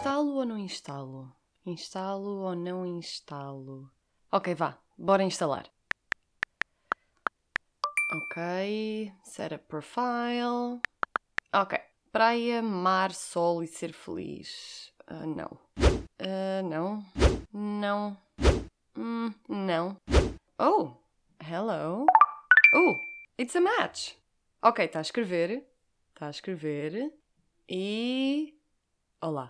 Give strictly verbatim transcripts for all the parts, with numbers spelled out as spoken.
Instalo ou não instalo? Instalo ou não instalo? Ok, vá, bora instalar. Ok, set up profile. Ok, praia, mar, sol e ser feliz. Uh, não. Uh, não. Não. Hum, não. Oh, hello. Oh, it's a match. Ok, está a escrever. Está a escrever. E... Olá.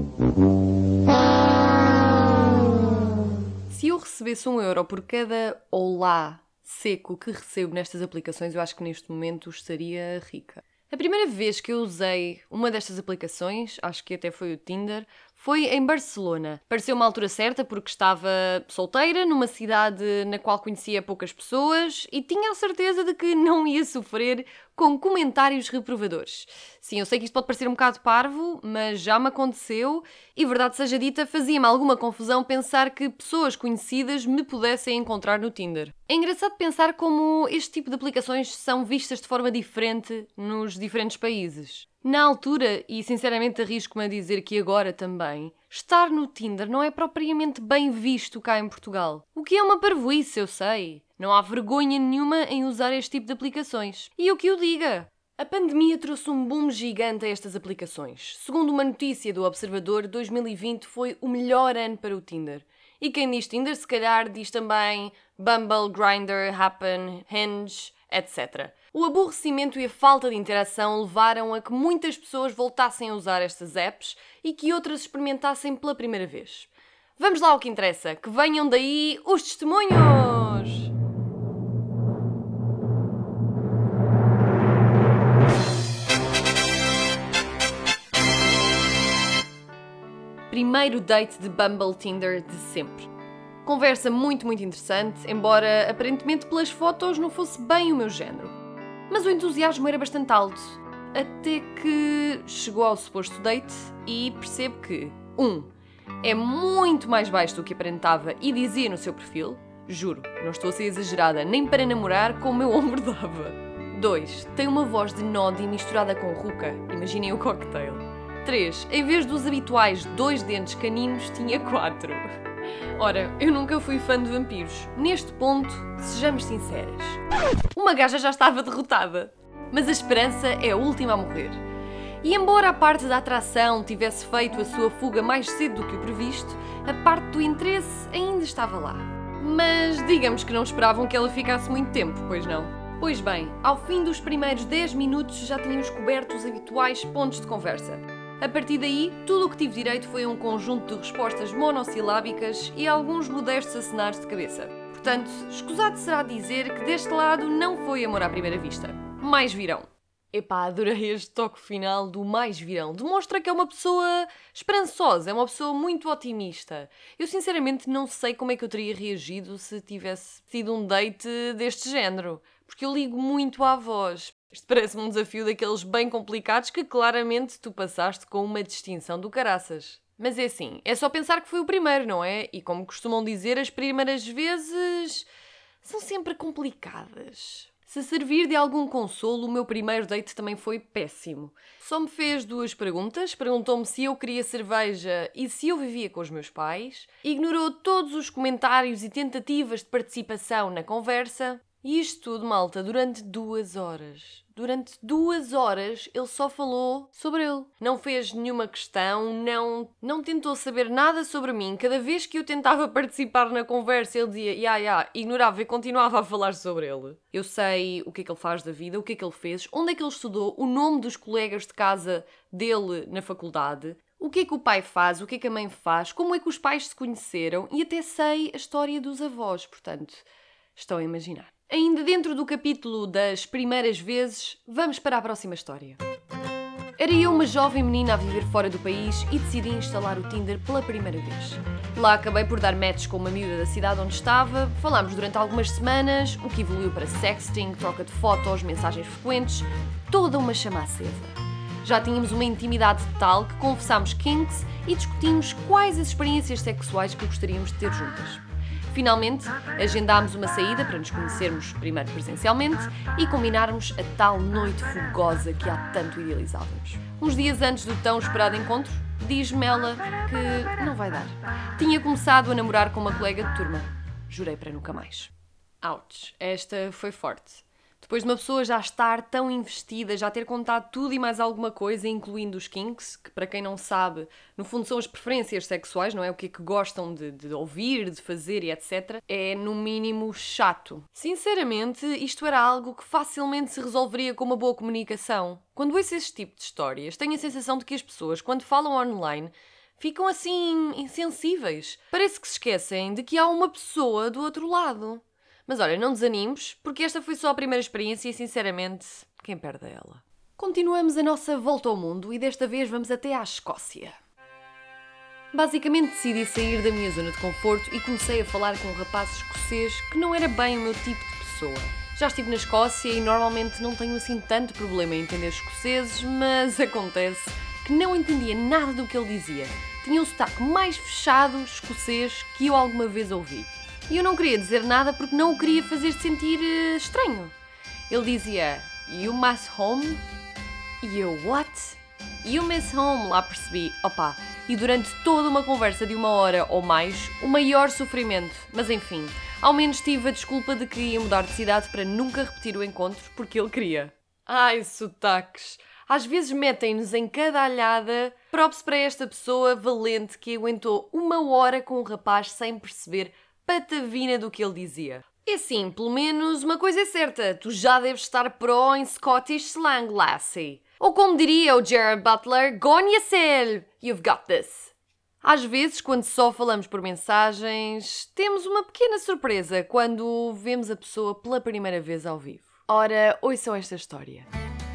Se eu recebesse um euro por cada olá seco que recebo nestas aplicações, eu acho que neste momento estaria rica. A primeira vez que eu usei uma destas aplicações, acho que até foi o Tinder, foi em Barcelona. Pareceu uma altura certa porque estava solteira, numa cidade na qual conhecia poucas pessoas e tinha a certeza de que não ia sofrer com comentários reprovadores. Sim, eu sei que isto pode parecer um bocado parvo, mas já me aconteceu e, verdade seja dita, fazia-me alguma confusão pensar que pessoas conhecidas me pudessem encontrar no Tinder. É engraçado pensar como este tipo de aplicações são vistas de forma diferente nos diferentes países. Na altura, e sinceramente arrisco-me a dizer que agora também, estar no Tinder não é propriamente bem visto cá em Portugal. O que é uma parvoíce, eu sei. Não há vergonha nenhuma em usar este tipo de aplicações. E o que o diga? A pandemia trouxe um boom gigante a estas aplicações. Segundo uma notícia do Observador, dois mil e vinte foi o melhor ano para o Tinder. E quem diz Tinder, se calhar, diz também Bumble, Grindr, Happen, Hinge, etcétera. O aborrecimento e a falta de interação levaram a que muitas pessoas voltassem a usar estas apps e que outras experimentassem pela primeira vez. Vamos lá ao que interessa, que venham daí os testemunhos! Primeiro date de Bumble Tinder de sempre. Conversa muito, muito interessante, embora aparentemente pelas fotos não fosse bem o meu género. Mas o entusiasmo era bastante alto, até que chegou ao suposto date e percebo que um É muito mais baixo do que aparentava e dizia no seu perfil. Juro, não estou a ser exagerada, nem para namorar com o meu ombro dava. dois Tem uma voz de Nodi misturada com ruca, imaginem o cocktail. três Em vez dos habituais dois dentes caninos, tinha quatro. Ora, eu nunca fui fã de vampiros. Neste ponto, sejamos sinceras. Uma gaja já estava derrotada. Mas a esperança é a última a morrer. E embora a parte da atração tivesse feito a sua fuga mais cedo do que o previsto, a parte do interesse ainda estava lá. Mas digamos que não esperavam que ela ficasse muito tempo, pois não? Pois bem, ao fim dos primeiros dez minutos já tínhamos coberto os habituais pontos de conversa. A partir daí, tudo o que tive direito foi um conjunto de respostas monossilábicas e alguns modestos acenares de cabeça. Portanto, escusado será dizer que deste lado não foi amor à primeira vista. Mais virão. Epá, adorei este toque final do mais virão. Demonstra que é uma pessoa esperançosa, é uma pessoa muito otimista. Eu sinceramente não sei como é que eu teria reagido se tivesse tido um date deste género. Porque eu ligo muito à voz. Isto parece-me um desafio daqueles bem complicados que claramente tu passaste com uma distinção do caraças. Mas é assim, é só pensar que foi o primeiro, não é? E como costumam dizer, as primeiras vezes são sempre complicadas. Se servir de algum consolo, o meu primeiro date também foi péssimo. Só me fez duas perguntas. Perguntou-me se eu queria cerveja e se eu vivia com os meus pais. Ignorou todos os comentários e tentativas de participação na conversa. E isto tudo, malta, durante duas horas. Durante duas horas ele só falou sobre ele. Não fez nenhuma questão, não, não tentou saber nada sobre mim. Cada vez que eu tentava participar na conversa, ele dizia, ya, ya, ignorava e continuava a falar sobre ele. Eu sei o que é que ele faz da vida, o que é que ele fez, onde é que ele estudou, o nome dos colegas de casa dele na faculdade, o que é que o pai faz, o que é que a mãe faz, como é que os pais se conheceram e até sei a história dos avós, portanto, estão a imaginar. Ainda dentro do capítulo das primeiras vezes, vamos para a próxima história. Era eu uma jovem menina a viver fora do país e decidi instalar o Tinder pela primeira vez. Lá acabei por dar matches com uma miúda da cidade onde estava, falámos durante algumas semanas, o que evoluiu para sexting, troca de fotos, mensagens frequentes, toda uma chama acesa. Já tínhamos uma intimidade tal que confessámos kinks e discutimos quais as experiências sexuais que gostaríamos de ter juntas. Finalmente, agendámos uma saída para nos conhecermos primeiro presencialmente e combinarmos a tal noite fogosa que há tanto idealizávamos. Uns dias antes do tão esperado encontro, diz-me ela que não vai dar. Tinha começado a namorar com uma colega de turma. Jurei para nunca mais. Ouch, esta foi forte. Depois de uma pessoa já estar tão investida, já ter contado tudo e mais alguma coisa, incluindo os kinks, que para quem não sabe, no fundo são as preferências sexuais, não é? O que é que gostam de, de ouvir, de fazer e etcétera. É, no mínimo, chato. Sinceramente, isto era algo que facilmente se resolveria com uma boa comunicação. Quando ouço esse tipo de histórias, tenho a sensação de que as pessoas, quando falam online, ficam assim, insensíveis. Parece que se esquecem de que há uma pessoa do outro lado. Mas olha, não desanimes, porque esta foi só a primeira experiência e, sinceramente, quem perde é ela. Continuamos a nossa volta ao mundo e desta vez vamos até à Escócia. Basicamente decidi sair da minha zona de conforto e comecei a falar com um rapaz escocês que não era bem o meu tipo de pessoa. Já estive na Escócia e normalmente não tenho assim tanto problema em entender escoceses, mas acontece que não entendia nada do que ele dizia. Tinha um sotaque mais fechado escocês que eu alguma vez ouvi. E eu não queria dizer nada porque não o queria fazer sentir uh, estranho. Ele dizia, "You miss home?" E eu, "What?" "You miss home", lá percebi. Opa, e durante toda uma conversa de uma hora ou mais, o maior sofrimento. Mas enfim, ao menos tive a desculpa de que ia mudar de cidade para nunca repetir o encontro porque ele queria. Ai, sotaques. Às vezes metem-nos em cada alhada. Props para esta pessoa valente que aguentou uma hora com um rapaz sem perceber patavina do que ele dizia. E assim, pelo menos uma coisa é certa, tu já deves estar pro em Scottish slang, lassie. Ou como diria o Gerard Butler, go on yourself, you've got this. Às vezes, quando só falamos por mensagens, temos uma pequena surpresa quando vemos a pessoa pela primeira vez ao vivo. Ora, ouçam esta história.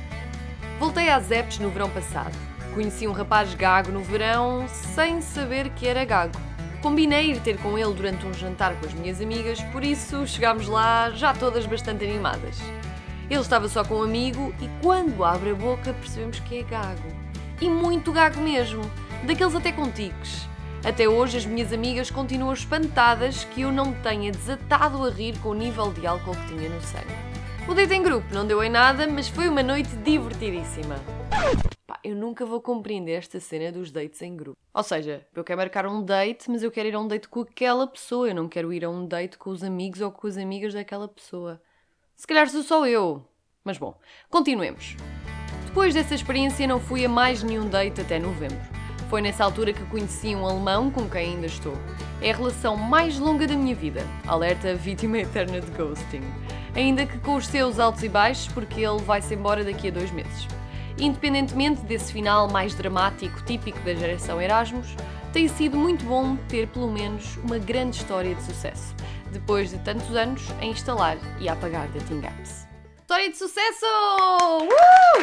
Voltei às apps no verão passado. Conheci um rapaz gago no verão sem saber que era gago. Combinei ir ter com ele durante um jantar com as minhas amigas, por isso chegámos lá já todas bastante animadas. Ele estava só com um amigo e quando abre a boca percebemos que é gago. E muito gago mesmo, daqueles até com tiques. Até hoje as minhas amigas continuam espantadas que eu não tenha desatado a rir com o nível de álcool que tinha no sangue. O date em grupo não deu em nada, mas foi uma noite divertidíssima. Pá, eu nunca vou compreender esta cena dos dates em grupo. Ou seja, eu quero marcar um date, mas eu quero ir a um date com aquela pessoa. Eu não quero ir a um date com os amigos ou com as amigas daquela pessoa. Se calhar sou só eu. Mas bom, continuemos. Depois dessa experiência não fui a mais nenhum date até novembro. Foi nessa altura que conheci um alemão com quem ainda estou. É a relação mais longa da minha vida. Alerta vítima eterna de ghosting. Ainda que com os seus altos e baixos, porque ele vai-se embora daqui a dois meses. Independentemente desse final mais dramático, típico da geração Erasmus, tem sido muito bom ter pelo menos uma grande história de sucesso, depois de tantos anos a instalar e a apagar dating apps. História de sucesso! Uh!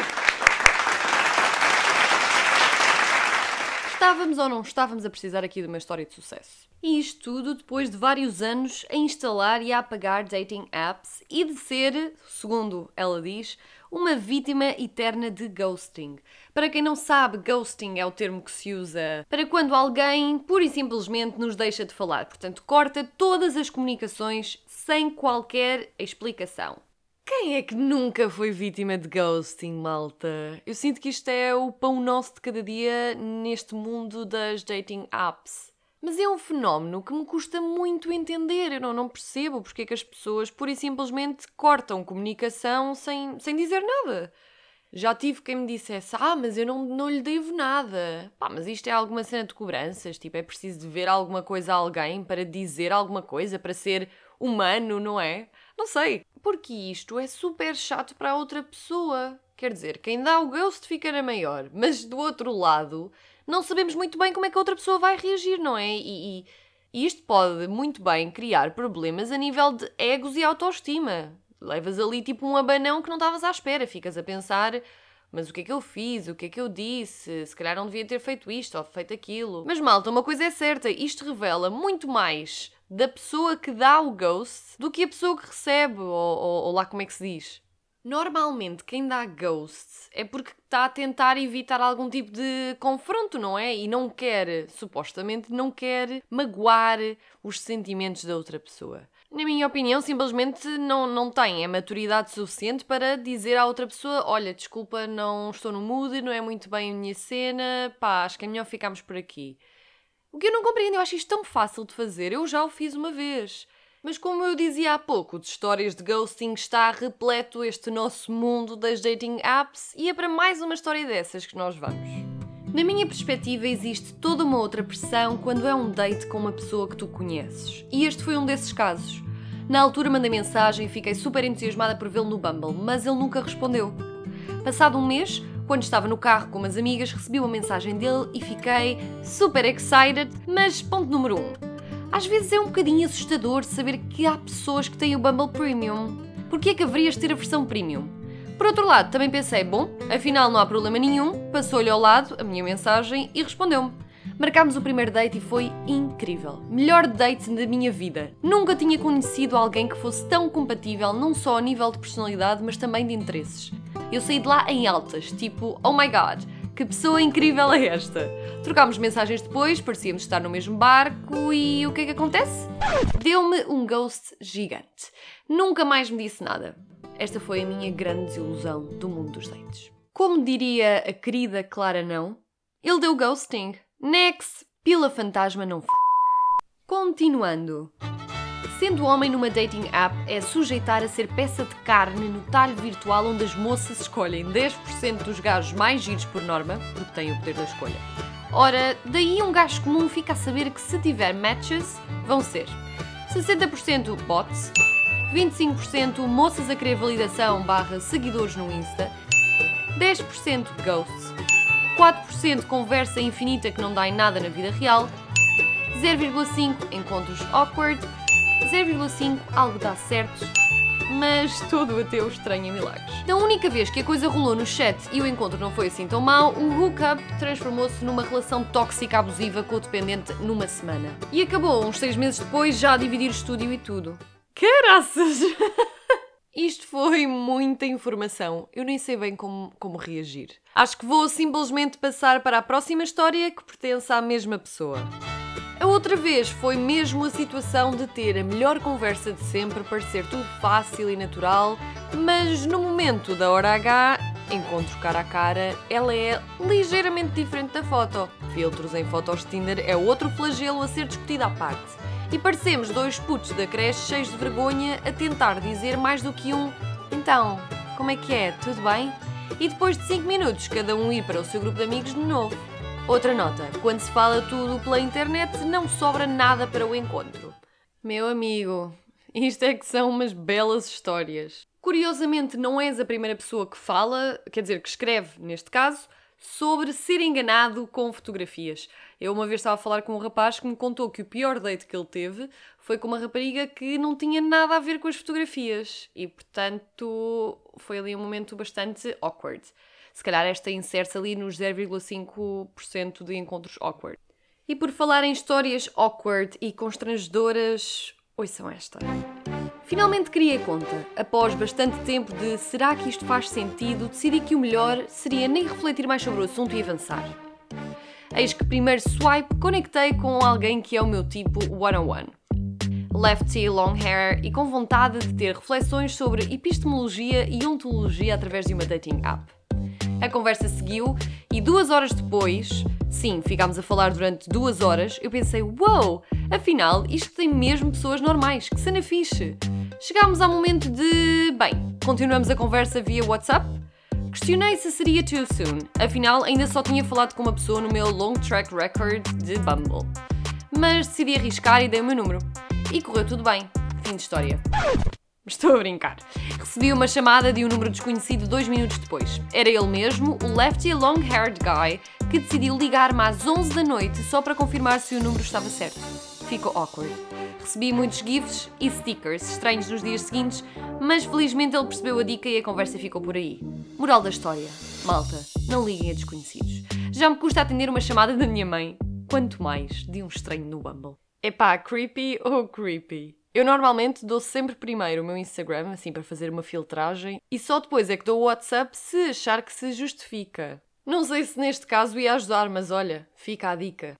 Estávamos ou não estávamos a precisar aqui de uma história de sucesso. E isto tudo depois de vários anos a instalar e a apagar dating apps e de ser, segundo ela diz, uma vítima eterna de ghosting. Para quem não sabe, ghosting é o termo que se usa para quando alguém pura e simplesmente nos deixa de falar. Portanto, corta todas as comunicações sem qualquer explicação. Quem é que nunca foi vítima de ghosting, malta? Eu sinto que isto é o pão nosso de cada dia neste mundo das dating apps. Mas é um fenómeno que me custa muito entender. Eu não, não percebo porque é que as pessoas pura e simplesmente cortam comunicação sem, sem dizer nada. Já tive quem me dissesse, ah, mas eu não, não lhe devo nada. Pá, mas isto é alguma cena de cobranças? Tipo, é preciso dever alguma coisa a alguém para dizer alguma coisa, para ser humano, não é? Não sei. Porque isto é super chato para a outra pessoa. Quer dizer, quem dá o ghost fica na maior. Mas do outro lado, não sabemos muito bem como é que a outra pessoa vai reagir, não é? E, e, e isto pode muito bem criar problemas a nível de egos e autoestima. Levas ali tipo um abanão que não estavas à espera. Ficas a pensar, mas o que é que eu fiz? O que é que eu disse? Se calhar não devia ter feito isto ou feito aquilo. Mas malta, uma coisa é certa. Isto revela muito mais da pessoa que dá o ghost do que a pessoa que recebe, ou, ou, ou lá como é que se diz. Normalmente quem dá ghost é porque está a tentar evitar algum tipo de confronto, não é? E não quer, supostamente, não quer magoar os sentimentos da outra pessoa. Na minha opinião, simplesmente não, não tem a maturidade suficiente para dizer à outra pessoa: olha, desculpa, não estou no mood, não é muito bem a minha cena, pá, acho que é melhor ficarmos por aqui. O que eu não compreendo, eu acho isto tão fácil de fazer, eu já o fiz uma vez. Mas como eu dizia há pouco, de histórias de ghosting está repleto este nosso mundo das dating apps e é para mais uma história dessas que nós vamos. Na minha perspectiva, existe toda uma outra pressão quando é um date com uma pessoa que tu conheces. E este foi um desses casos. Na altura mandei mensagem e fiquei super entusiasmada por vê-lo no Bumble, mas ele nunca respondeu. Passado um mês, quando estava no carro com umas amigas, recebi uma mensagem dele e fiquei super excited, mas ponto número um. Às vezes é um bocadinho assustador saber que há pessoas que têm o Bumble Premium. Porquê é que haverias de ter a versão Premium? Por outro lado, também pensei, bom, afinal não há problema nenhum, passou-lhe ao lado a minha mensagem e respondeu-me. Marcámos o primeiro date e foi incrível. Melhor date da minha vida. Nunca tinha conhecido alguém que fosse tão compatível, não só a nível de personalidade, mas também de interesses. Eu saí de lá em altas, tipo, oh my god, que pessoa incrível é esta? Trocámos mensagens depois, parecíamos estar no mesmo barco e o que é que acontece? Deu-me um ghost gigante. Nunca mais me disse nada. Esta foi a minha grande desilusão do mundo dos dates. Como diria a querida Clara Não, ele deu ghosting. Next, pila fantasma não f... Continuando. Sendo homem numa dating app é sujeitar a ser peça de carne no talho virtual onde as moças escolhem dez por cento dos gajos mais giros por norma, porque têm o poder da escolha. Ora, daí um gajo comum fica a saber que se tiver matches, vão ser sessenta por cento bots, vinte e cinco por cento moças a querer validação barra seguidores no Insta, dez por cento ghosts, quatro por cento conversa infinita que não dá em nada na vida real, zero vírgula cinco por cento encontros awkward, zero vírgula cinco por cento algo dá certo, mas todo ateu estranha milagres. Da única vez que a coisa rolou no chat e o encontro não foi assim tão mau, o hookup transformou-se numa relação tóxica abusiva com o dependente numa semana. E acabou, uns seis meses depois, já a dividir o estúdio e tudo. Caraças! Isto foi muita informação. Eu nem sei bem como, como reagir. Acho que vou simplesmente passar para a próxima história que pertence à mesma pessoa. A outra vez foi mesmo a situação de ter a melhor conversa de sempre, parecer tudo fácil e natural, mas no momento da hora H, encontro cara a cara, ela é ligeiramente diferente da foto. Filtros em fotos de Tinder é outro flagelo a ser discutido à parte. E parecemos dois putos da creche cheios de vergonha a tentar dizer mais do que um então, como é que é? Tudo bem? E depois de cinco minutos, cada um ir para o seu grupo de amigos de novo. Outra nota, quando se fala tudo pela internet, não sobra nada para o encontro. Meu amigo, isto é que são umas belas histórias. Curiosamente, não és a primeira pessoa que fala, quer dizer, que escreve, neste caso, sobre ser enganado com fotografias. Eu uma vez estava a falar com um rapaz que me contou que o pior date que ele teve foi com uma rapariga que não tinha nada a ver com as fotografias. E, portanto, foi ali um momento bastante awkward. Se calhar esta insere-se ali nos zero vírgula cinco por cento de encontros awkward. E por falar em histórias awkward e constrangedoras, ouçam esta. Finalmente criei conta. Após bastante tempo de será que isto faz sentido, decidi que o melhor seria nem refletir mais sobre o assunto e avançar. Eis que primeiro swipe conectei com alguém que é o meu tipo one-on-one. Lefty, long hair e com vontade de ter reflexões sobre epistemologia e ontologia através de uma dating app. A conversa seguiu e duas horas depois, sim, ficámos a falar durante duas horas, eu pensei, uou, afinal isto tem mesmo pessoas normais, que cena fixe. Chegámos ao momento de, bem, continuamos a conversa via WhatsApp? Questionei se seria too soon, afinal ainda só tinha falado com uma pessoa no meu long track record de Bumble. Mas decidi arriscar e dei o meu número. E correu tudo bem. Fim de história. Estou a brincar. Recebi uma chamada de um número desconhecido dois minutos depois. Era ele mesmo, o lefty long-haired guy, que decidiu ligar-me às onze da noite só para confirmar se o número estava certo. Ficou awkward. Recebi muitos gifs e stickers estranhos nos dias seguintes, mas felizmente ele percebeu a dica e a conversa ficou por aí. Moral da história. Malta, não liguem a desconhecidos. Já me custa atender uma chamada da minha mãe. Quanto mais de um estranho no Bumble. Epá, creepy ou creepy? Eu normalmente dou sempre primeiro o meu Instagram, assim para fazer uma filtragem, e só depois é que dou o WhatsApp se achar que se justifica. Não sei se neste caso ia ajudar, mas olha, fica a dica.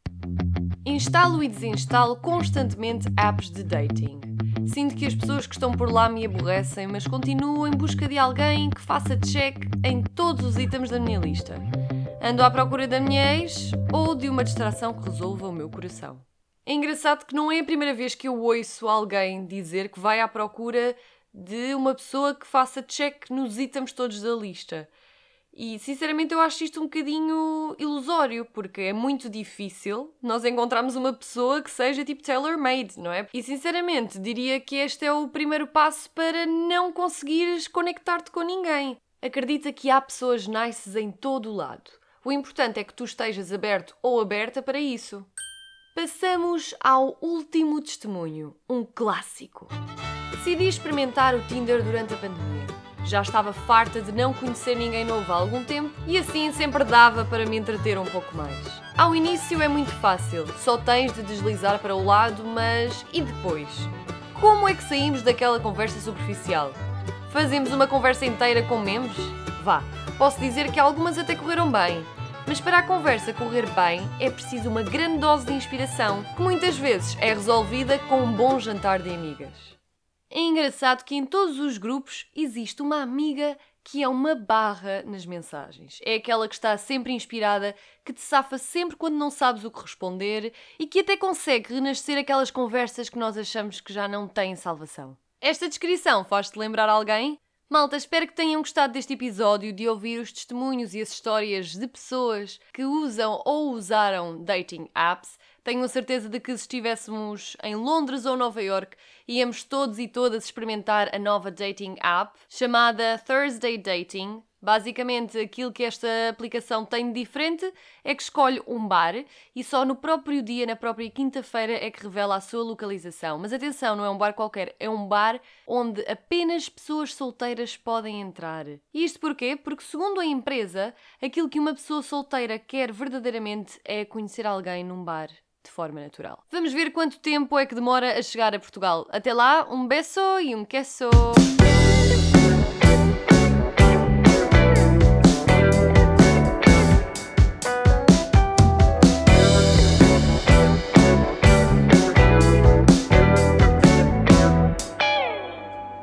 Instalo e desinstalo constantemente apps de dating. Sinto que as pessoas que estão por lá me aborrecem, mas continuo em busca de alguém que faça check em todos os itens da minha lista. Ando à procura da minha ex ou de uma distração que resolva o meu coração. É engraçado que não é a primeira vez que eu ouço alguém dizer que vai à procura de uma pessoa que faça check nos itens todos da lista. E, sinceramente, eu acho isto um bocadinho ilusório, porque é muito difícil nós encontrarmos uma pessoa que seja tipo tailor-made, não é? E, sinceramente, diria que este é o primeiro passo para não conseguires conectar-te com ninguém. Acredita que há pessoas nices em todo o lado. O importante é que tu estejas aberto ou aberta para isso. Passamos ao último testemunho, um clássico. Decidi experimentar o Tinder durante a pandemia. Já estava farta de não conhecer ninguém novo há algum tempo e assim sempre dava para me entreter um pouco mais. Ao início é muito fácil, só tens de deslizar para o lado, mas e depois? Como é que saímos daquela conversa superficial? Fazemos uma conversa inteira com memes? Vá, posso dizer que algumas até correram bem. Mas para a conversa correr bem é preciso uma grande dose de inspiração, que muitas vezes é resolvida com um bom jantar de amigas. É engraçado que em todos os grupos existe uma amiga que é uma barra nas mensagens. É aquela que está sempre inspirada, que te safa sempre quando não sabes o que responder e que até consegue renascer aquelas conversas que nós achamos que já não têm salvação. Esta descrição faz-te lembrar alguém? Malta, espero que tenham gostado deste episódio, de ouvir os testemunhos e as histórias de pessoas que usam ou usaram dating apps. Tenho a certeza de que se estivéssemos em Londres ou Nova York, íamos todos e todas experimentar a nova dating app chamada Thursday Dating. Basicamente, aquilo que esta aplicação tem de diferente é que escolhe um bar e só no próprio dia, na própria quinta-feira, é que revela a sua localização. Mas atenção, não é um bar qualquer, é um bar onde apenas pessoas solteiras podem entrar. E isto porquê? Porque, segundo a empresa, aquilo que uma pessoa solteira quer verdadeiramente é conhecer alguém num bar de forma natural. Vamos ver quanto tempo é que demora a chegar a Portugal. Até lá, um beso e um queso!